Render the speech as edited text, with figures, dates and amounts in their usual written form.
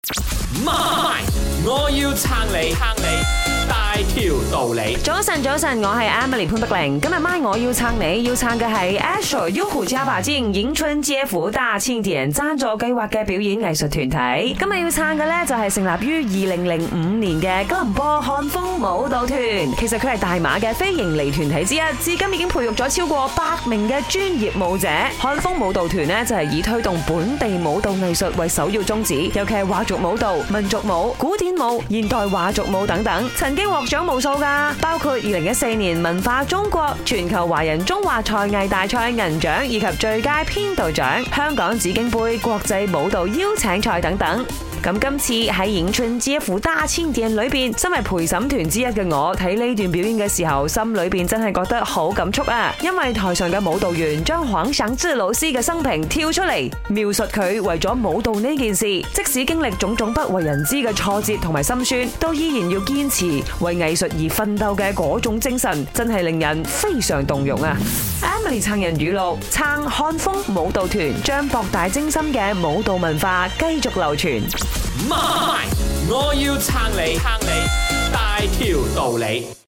媽，我要撐你大條道理。 早晨，我係 Emily 潘碧玲。今日晚我要撐你，要撐嘅係 Astro 優酷加把勁迎春接福大慶典贊助計劃嘅表演藝術團體。今日要撐嘅呢，就係成立於2005年嘅吉隆坡漢風舞蹈團。其實佢係大馬嘅非營利團體之一，至今已經培育咗超過100名嘅專業舞者。漢風舞蹈團呢，就係以推動本地舞蹈藝術為首要宗旨，尤其係華族舞蹈、民族舞、古典舞、現代華族舞等等，曾經獲獎無數噶，包括2014年文化中國全球華人中華才藝大賽銀獎以及最佳編導獎、香港紫荊杯國際舞蹈邀請賽等等。咁今次喺迎春接福大慶典裏邊，身為陪審團之一嘅我睇呢段表演嘅時候，心裏邊真係覺得好感觸啊！因為台上嘅舞蹈員將黃省志老師嘅生平跳出嚟，描述佢為咗舞蹈呢件事，即使經歷種種不為人知嘅挫折同埋心酸，都依然要堅持為藝術而奮鬥嘅嗰種精神，真係令人非常動容啊！Emily 撐人語錄，撐漢風舞蹈團，將博大精深嘅舞蹈文化繼續流傳。 媽，我要撐你大條道理。